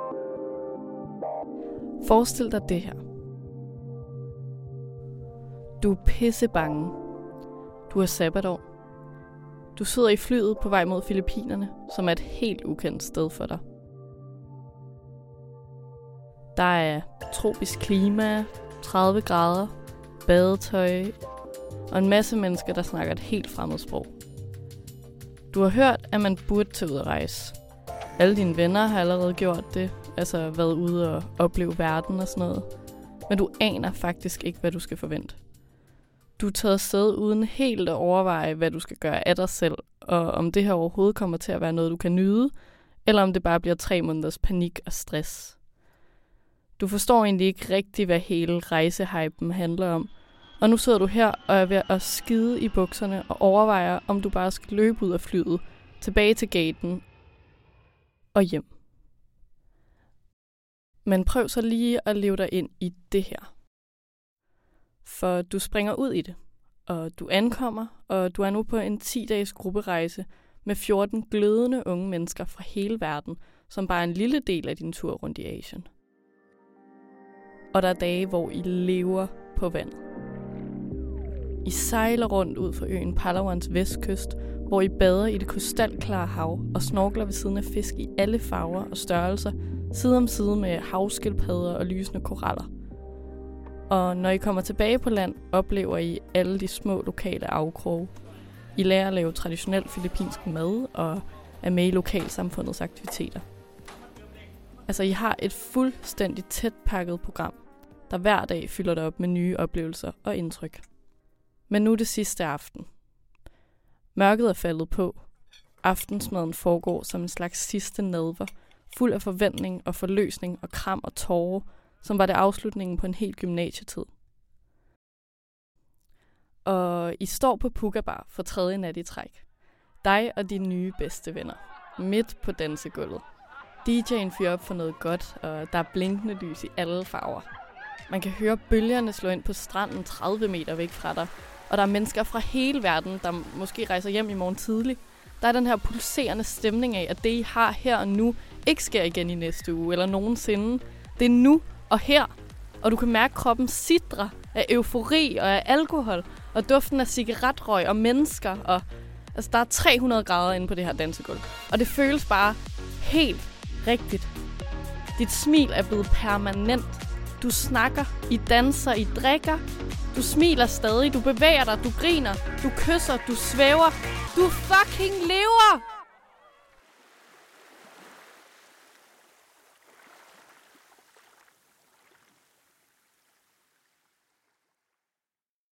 Forestil dig det her. Du er pissebange. Du har sabbatår. Du sidder i flyet på vej mod Filippinerne, som er et helt ukendt sted for dig. Der er tropisk klima, 30 grader, badetøj og en masse mennesker, der snakker et helt fremmed sprog. Du har hørt, at man burde tage ud at rejse. Alle dine venner har allerede gjort det, altså været ude og opleve verden og sådan noget. Men du aner faktisk ikke, hvad du skal forvente. Du er taget afsted uden helt at overveje, hvad du skal gøre af dig selv, og om det her overhovedet kommer til at være noget, du kan nyde, eller om det bare bliver 3 måneders panik og stress. Du forstår egentlig ikke rigtigt, hvad hele rejsehypen handler om, og nu sidder du her og er ved at skide i bukserne og overvejer, om du bare skal løbe ud af flyet, tilbage til gaten og hjem. Men prøv så lige at leve dig ind i det her. For du springer ud i det, og du ankommer, og du er nu på en 10-dages grupperejse med 14 glødende unge mennesker fra hele verden, som bare er en lille del af din tur rundt i Asien. Og der er dage, hvor I lever på vandet. I sejler rundt ud for øen Palawans vestkyst, hvor I bader i det krystalklare hav og snorkler ved siden af fisk i alle farver og størrelser, side om side med havskildpadder og lysende koraller. Og når I kommer tilbage på land, oplever I alle de små lokale afkroge. I lærer at lave traditionel filippinsk mad og er med i lokalsamfundets aktiviteter. Altså, I har et fuldstændig tæt pakket program, der hver dag fylder dig op med nye oplevelser og indtryk. Men nu er det sidste aften. Mørket er faldet på. Aftensmaden foregår som en slags sidste nadver, fuld af forventning og forløsning og kram og tårer, som var det afslutningen på en hel gymnasietid. Og I står på Puka Bar for 3. nat i træk. Dig og dine nye bedste venner. Midt på dansegulvet. DJ'en fyrer op for noget godt, og der er blinkende lys i alle farver. Man kan høre bølgerne slå ind på stranden 30 meter væk fra dig, og der er mennesker fra hele verden, der måske rejser hjem i morgen tidlig. Der er den her pulserende stemning af, at det I har her og nu ikke sker igen i næste uge eller nogensinde. Det er nu og her, og du kan mærke kroppen sidre af eufori og af alkohol, og duften af cigaretrøg og mennesker, og altså, der er 300 grader inde på det her dansegulv. Og det føles bare helt rigtigt. Dit smil er blevet permanent. Du snakker, I danser, I drikker. Du smiler stadig, du bevæger dig, du griner, du kysser, du svæver. Du fucking lever!